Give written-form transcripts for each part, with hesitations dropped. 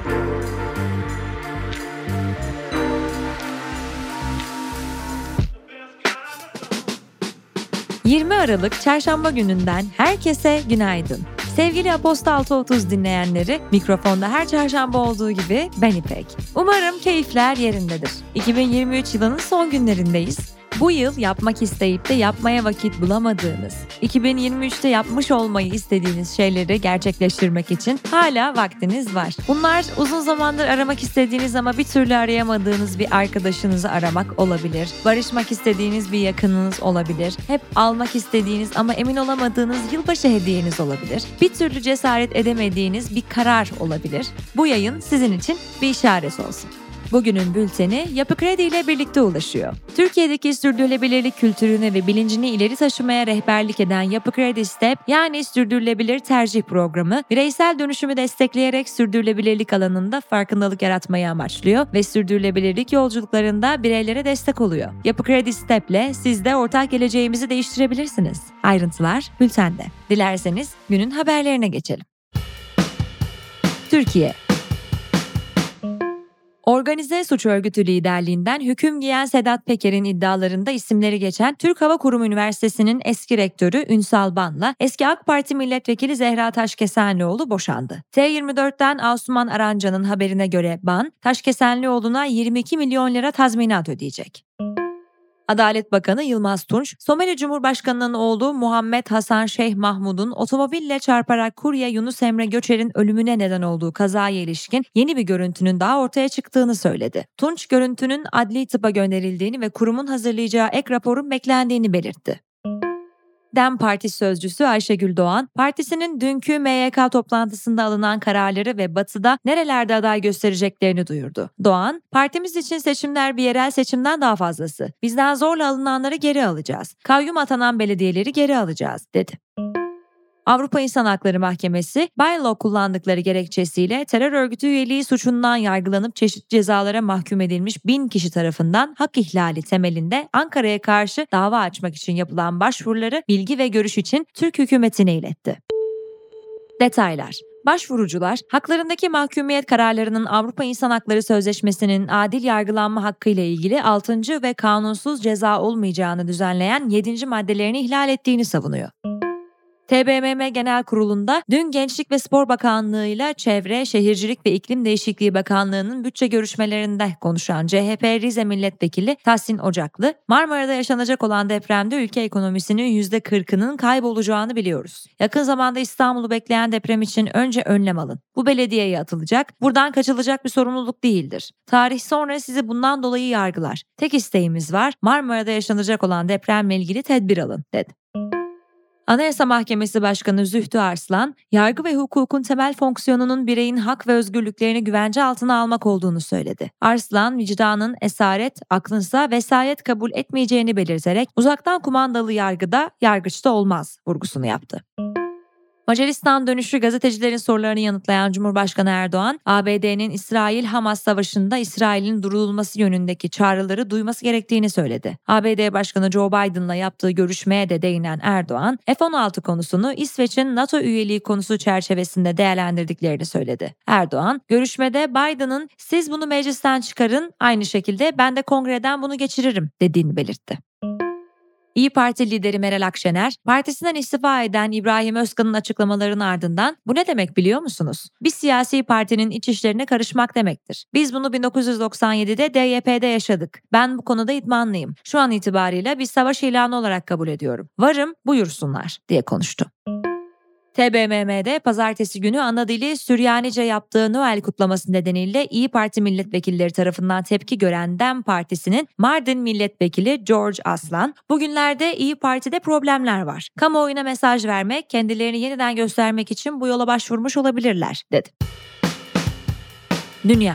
...20 Aralık Çarşamba gününden herkese günaydın. Sevgili Aposta 6.30 dinleyenleri, mikrofonda her çarşamba olduğu gibi ben İpek. Umarım keyifler yerindedir. 2023 yılının son günlerindeyiz. Bu yıl yapmak isteyip de yapmaya vakit bulamadığınız, 2023'te yapmış olmayı istediğiniz şeyleri gerçekleştirmek için hala vaktiniz var. Bunlar uzun zamandır aramak istediğiniz ama bir türlü arayamadığınız bir arkadaşınızı aramak olabilir. Barışmak istediğiniz bir yakınınız olabilir. Hep almak istediğiniz ama emin olamadığınız yılbaşı hediyeniz olabilir. Bir türlü cesaret edemediğiniz bir karar olabilir. Bu yayın sizin için bir işaret olsun. Bugünün bülteni Yapı Kredi ile birlikte ulaşıyor. Türkiye'deki sürdürülebilirlik kültürünü ve bilincini ileri taşımaya rehberlik eden Yapı Kredi Step, yani Sürdürülebilir Tercih Programı, bireysel dönüşümü destekleyerek sürdürülebilirlik alanında farkındalık yaratmayı amaçlıyor ve sürdürülebilirlik yolculuklarında bireylere destek oluyor. Yapı Kredi Step ile siz de ortak geleceğimizi değiştirebilirsiniz. Ayrıntılar bültende. Dilerseniz günün haberlerine geçelim. Türkiye. Organize suç örgütü liderliğinden hüküm giyen Sedat Peker'in iddialarında isimleri geçen Türk Hava Kurumu Üniversitesi'nin eski rektörü Ünsal Ban'la eski AK Parti milletvekili Zehra Taşkesenlioğlu boşandı. T24'ten Asuman Aranca'nın haberine göre Ban, Taşkesenlioğlu'na 22 milyon lira tazminat ödeyecek. Adalet Bakanı Yılmaz Tunç, Somali Cumhurbaşkanı'nın oğlu Muhammed Hasan Şeyh Mahmud'un otomobille çarparak kurye Yunus Emre Göçer'in ölümüne neden olduğu kazaya ilişkin yeni bir görüntünün daha ortaya çıktığını söyledi. Tunç, görüntünün adli tıpa gönderildiğini ve kurumun hazırlayacağı ek raporun beklendiğini belirtti. DEM Parti sözcüsü Ayşegül Doğan, partisinin dünkü MYK toplantısında alınan kararları ve Batı'da nerelerde aday göstereceklerini duyurdu. Doğan, partimiz için seçimler bir yerel seçimden daha fazlası. Bizden zorla alınanları geri alacağız. Kayyum atanan belediyeleri geri alacağız, dedi. Avrupa İnsan Hakları Mahkemesi, bylaw kullandıkları gerekçesiyle terör örgütü üyeliği suçundan yargılanıp çeşitli cezalara mahkum edilmiş 1000 kişi tarafından hak ihlali temelinde Ankara'ya karşı dava açmak için yapılan başvuruları bilgi ve görüş için Türk hükümetine iletti. Detaylar. Başvurucular, haklarındaki mahkumiyet kararlarının Avrupa İnsan Hakları Sözleşmesi'nin adil yargılanma hakkı ile ilgili 6. ve kanunsuz ceza olmayacağını düzenleyen 7. maddelerini ihlal ettiğini savunuyor. TBMM Genel Kurulu'nda dün Gençlik ve Spor Bakanlığı ile Çevre, Şehircilik ve İklim Değişikliği Bakanlığı'nın bütçe görüşmelerinde konuşan CHP Rize Milletvekili Tahsin Ocaklı, Marmara'da yaşanacak olan depremde ülke ekonomisinin %40'ının kaybolacağını biliyoruz. Yakın zamanda İstanbul'u bekleyen deprem için önce önlem alın. Bu belediyeye atılacak, buradan kaçılacak bir sorumluluk değildir. Tarih sonra sizi bundan dolayı yargılar. Tek isteğimiz var, Marmara'da yaşanacak olan depremle ilgili tedbir alın, dedi. Anayasa Mahkemesi Başkanı Zühtü Arslan, yargı ve hukukun temel fonksiyonunun bireyin hak ve özgürlüklerini güvence altına almak olduğunu söyledi. Arslan, vicdanın esaret, aklınsa vesayet kabul etmeyeceğini belirterek uzaktan kumandalı yargıda, yargıçta olmaz vurgusunu yaptı. Macaristan dönüşü gazetecilerin sorularını yanıtlayan Cumhurbaşkanı Erdoğan, ABD'nin İsrail-Hamas savaşında İsrail'in durdurulması yönündeki çağrıları duyması gerektiğini söyledi. ABD Başkanı Joe Biden'la yaptığı görüşmeye de değinen Erdoğan, F-16 konusunu İsveç'in NATO üyeliği konusu çerçevesinde değerlendirdiklerini söyledi. Erdoğan, görüşmede Biden'ın "siz bunu meclisten çıkarın, aynı şekilde ben de kongreden bunu geçiririm" dediğini belirtti. İYİ Parti lideri Meral Akşener, partisinden istifa eden İbrahim Özkan'ın açıklamalarının ardından "bu ne demek biliyor musunuz? Bir siyasi partinin iç işlerine karışmak demektir. Biz bunu 1997'de DYP'de yaşadık. Ben bu konuda idmanlıyım. Şu an itibarıyla bir savaş ilanı olarak kabul ediyorum. Varım, buyursunlar" diye konuştu. TBMM'de pazartesi günü ana dili Süryanice yaptığı Noel kutlaması nedeniyle İYİ Parti milletvekilleri tarafından tepki gören DEM Partisi'nin Mardin milletvekili George Aslan, "Bugünlerde İYİ Parti'de problemler var. Kamuoyuna mesaj vermek, kendilerini yeniden göstermek için bu yola başvurmuş olabilirler", dedi. Dünya.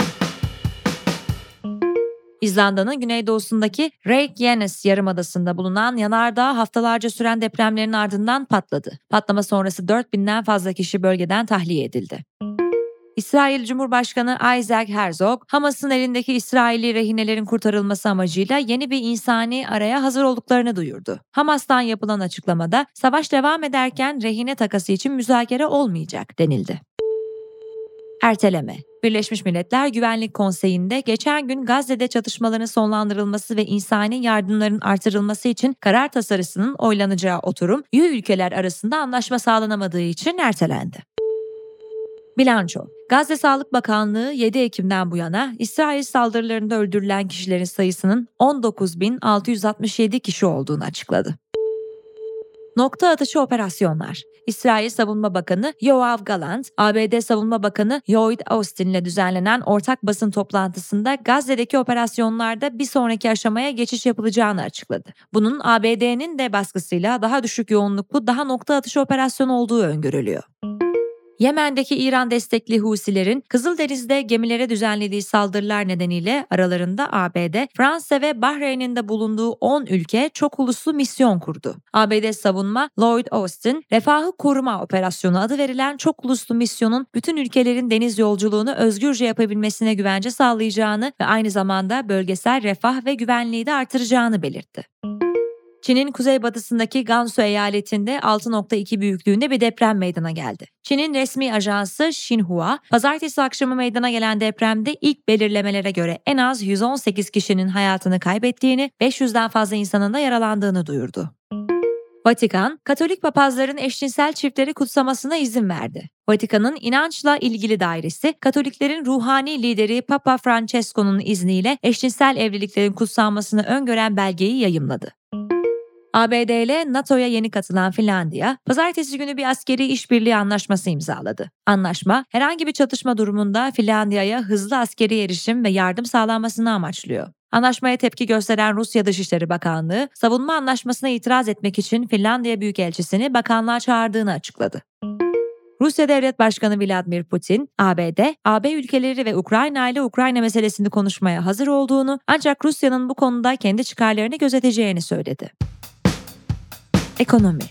İzlanda'nın güneydoğusundaki Reykjanes yarımadasında bulunan yanardağ haftalarca süren depremlerin ardından patladı. Patlama sonrası 4000'den fazla kişi bölgeden tahliye edildi. İsrail Cumhurbaşkanı Isaac Herzog, Hamas'ın elindeki İsrailli rehinelerin kurtarılması amacıyla yeni bir insani araya hazır olduklarını duyurdu. Hamas'tan yapılan açıklamada, savaş devam ederken rehine takası için müzakere olmayacak denildi. Erteleme. Birleşmiş Milletler Güvenlik Konseyi'nde geçen gün Gazze'de çatışmaların sonlandırılması ve insani yardımların artırılması için karar tasarısının oylanacağı oturum, üye ülkeler arasında anlaşma sağlanamadığı için ertelendi. Bilanço. Gazze Sağlık Bakanlığı 7 Ekim'den bu yana İsrail saldırılarında öldürülen kişilerin sayısının 19.667 kişi olduğunu açıkladı. Nokta atışı operasyonlar. İsrail Savunma Bakanı Yoav Gallant, ABD Savunma Bakanı Lloyd Austin ile düzenlenen ortak basın toplantısında Gazze'deki operasyonlarda bir sonraki aşamaya geçiş yapılacağını açıkladı. Bunun ABD'nin de baskısıyla daha düşük yoğunluklu daha nokta atışı operasyon olduğu öngörülüyor. Yemen'deki İran destekli Husilerin Kızıldeniz'de gemilere düzenlediği saldırılar nedeniyle aralarında ABD, Fransa ve Bahreyn'in de bulunduğu 10 ülke çok uluslu misyon kurdu. ABD Savunma, Lloyd Austin, Refahı Koruma Operasyonu adı verilen çok uluslu misyonun bütün ülkelerin deniz yolculuğunu özgürce yapabilmesine güvence sağlayacağını ve aynı zamanda bölgesel refah ve güvenliği de artıracağını belirtti. Çin'in kuzeybatısındaki Gansu eyaletinde 6.2 büyüklüğünde bir deprem meydana geldi. Çin'in resmi ajansı Xinhua, pazartesi akşamı meydana gelen depremde ilk belirlemelere göre en az 118 kişinin hayatını kaybettiğini, 500'den fazla insanın da yaralandığını duyurdu. Vatikan, Katolik papazların eşcinsel çiftleri kutsamasına izin verdi. Vatikan'ın inançla ilgili dairesi, Katoliklerin ruhani lideri Papa Francesco'nun izniyle eşcinsel evliliklerin kutsanmasını öngören belgeyi yayımladı. ABD ile NATO'ya yeni katılan Finlandiya, pazartesi günü bir askeri işbirliği anlaşması imzaladı. Anlaşma, herhangi bir çatışma durumunda Finlandiya'ya hızlı askeri erişim ve yardım sağlanmasını amaçlıyor. Anlaşmaya tepki gösteren Rusya Dışişleri Bakanlığı, savunma anlaşmasına itiraz etmek için Finlandiya Büyükelçisini bakanlığa çağırdığını açıkladı. Rusya Devlet Başkanı Vladimir Putin, AB ülkeleri ve Ukrayna ile Ukrayna meselesini konuşmaya hazır olduğunu, ancak Rusya'nın bu konuda kendi çıkarlarını gözeteceğini söyledi. Ekonomi.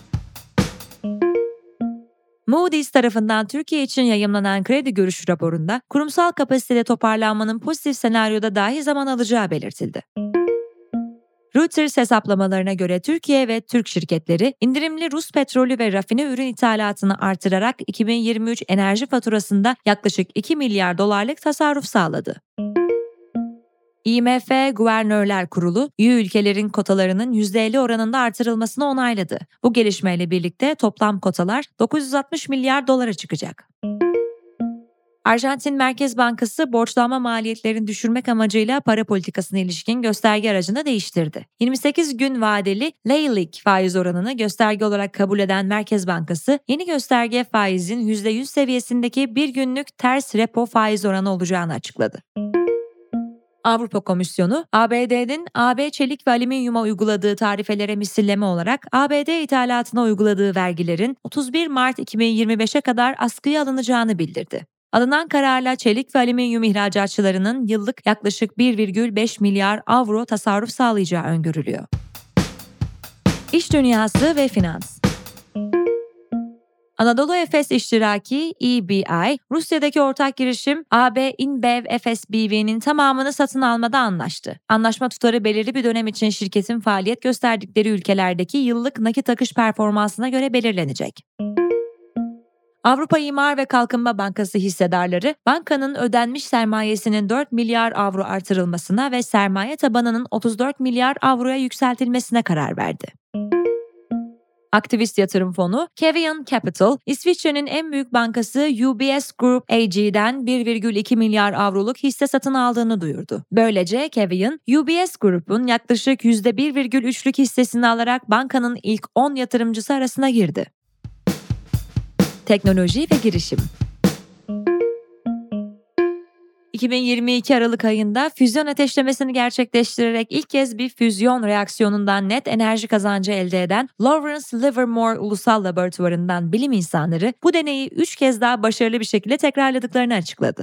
Moody's tarafından Türkiye için yayımlanan kredi görüşü raporunda kurumsal kapasitede toparlanmanın pozitif senaryoda dahi zaman alacağı belirtildi. Reuters hesaplamalarına göre Türkiye ve Türk şirketleri indirimli Rus petrolü ve rafine ürün ithalatını artırarak 2023 enerji faturasında yaklaşık 2 milyar dolarlık tasarruf sağladı. IMF Guvernörler Kurulu, üye ülkelerin kotalarının %50 oranında artırılmasını onayladı. Bu gelişmeyle birlikte toplam kotalar 960 milyar dolara çıkacak. Arjantin Merkez Bankası borçlanma maliyetlerini düşürmek amacıyla para politikasına ilişkin gösterge aracını değiştirdi. 28 gün vadeli Leylik faiz oranını gösterge olarak kabul eden Merkez Bankası, yeni gösterge faizin %100 seviyesindeki bir günlük ters repo faiz oranı olacağını açıkladı. Avrupa Komisyonu, ABD'nin AB çelik ve alüminyuma uyguladığı tarifelere misilleme olarak ABD ithalatına uyguladığı vergilerin 31 Mart 2025'e kadar askıya alınacağını bildirdi. Alınan kararla çelik ve alüminyum ihracatçılarının yıllık yaklaşık 1,5 milyar avro tasarruf sağlayacağı öngörülüyor. İş dünyası ve finans. Anadolu Efes İştiraki EBI, Rusya'daki ortak girişim AB InBev Efes BV'nin tamamını satın almada anlaştı. Anlaşma tutarı belirli bir dönem için şirketin faaliyet gösterdikleri ülkelerdeki yıllık nakit akış performansına göre belirlenecek. Avrupa İmar ve Kalkınma Bankası hissedarları, bankanın ödenmiş sermayesinin 4 milyar avro artırılmasına ve sermaye tabanının 34 milyar avroya yükseltilmesine karar verdi. Aktivist yatırım fonu Kevion Capital, İsviçre'nin en büyük bankası UBS Group AG'den 1,2 milyar avroluk hisse satın aldığını duyurdu. Böylece Kevion, UBS Group'un yaklaşık %1,3'lük hissesini alarak bankanın ilk 10 yatırımcısı arasına girdi. Teknoloji ve girişim. 2022 Aralık ayında füzyon ateşlemesini gerçekleştirerek ilk kez bir füzyon reaksiyonundan net enerji kazancı elde eden Lawrence Livermore Ulusal Laboratuvarı'ndan bilim insanları bu deneyi 3 kez daha başarılı bir şekilde tekrarladıklarını açıkladı.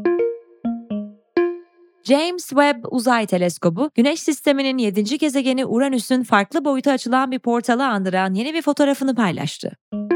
James Webb Uzay Teleskobu, Güneş sisteminin 7. gezegeni Uranüs'ün farklı boyuta açılan bir portalı andıran yeni bir fotoğrafını paylaştı.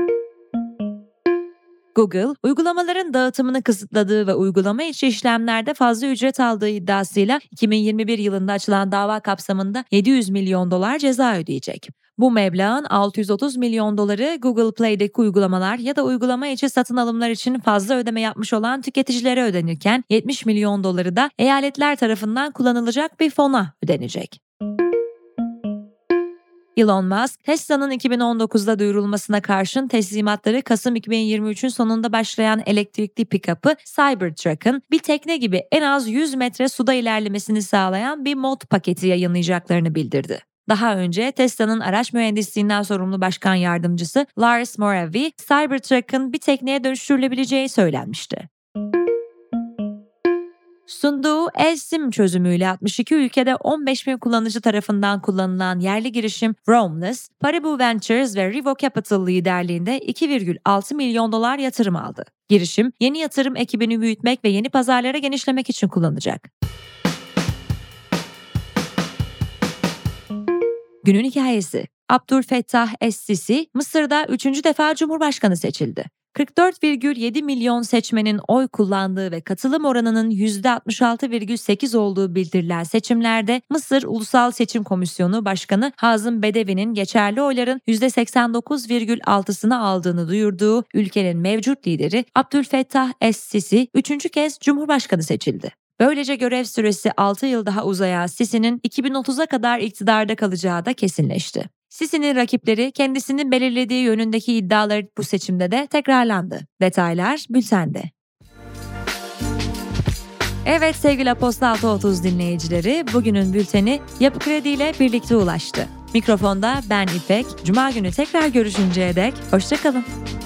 Google, uygulamaların dağıtımını kısıtladığı ve uygulama içi işlemlerde fazla ücret aldığı iddiasıyla 2021 yılında açılan dava kapsamında $700 milyon ceza ödeyecek. Bu meblağın 630 milyon doları Google Play'deki uygulamalar ya da uygulama içi satın alımlar için fazla ödeme yapmış olan tüketicilere ödenirken 70 milyon doları da eyaletler tarafından kullanılacak bir fona ödenecek. Elon Musk, Tesla'nın 2019'da duyurulmasına karşın teslimatları Kasım 2023'ün sonunda başlayan elektrikli pick-up'ı Cybertruck'ın bir tekne gibi en az 100 metre suda ilerlemesini sağlayan bir mod paketi yayınlayacaklarını bildirdi. Daha önce Tesla'nın araç mühendisliğinden sorumlu başkan yardımcısı Lars Moravy, Cybertruck'ın bir tekneye dönüştürülebileceği söylenmişti. Sunduğu eSIM çözümüyle 62 ülkede 15 bin kullanıcı tarafından kullanılan yerli girişim Roamless, Paribu Ventures ve Rivo Capital liderliğinde 2,6 milyon dolar yatırım aldı. Girişim, yeni yatırım ekibini büyütmek ve yeni pazarlara genişlemek için kullanacak. Günün hikayesi. Abdülfettah Es-Sisi, Mısır'da 3. defa Cumhurbaşkanı seçildi. 44,7 milyon seçmenin oy kullandığı ve katılım oranının %66,8 olduğu bildirilen seçimlerde Mısır Ulusal Seçim Komisyonu Başkanı Hazım Bedevi'nin geçerli oyların %89,6'sını aldığını duyurduğu ülkenin mevcut lideri Abdülfettah Es-Sisi 3. kez Cumhurbaşkanı seçildi. Böylece görev süresi 6 yıl daha uzayan Sisi'nin 2030'a kadar iktidarda kalacağı da kesinleşti. Sisi'nin rakipleri kendisinin belirlediği yönündeki iddiaları bu seçimde de tekrarlandı. Detaylar bültende. Evet sevgili Aposta 630 dinleyicileri, bugünün bülteni Yapı Kredi ile birlikte ulaştı. Mikrofonda ben İpek. Cuma günü tekrar görüşünceye dek hoşça kalın.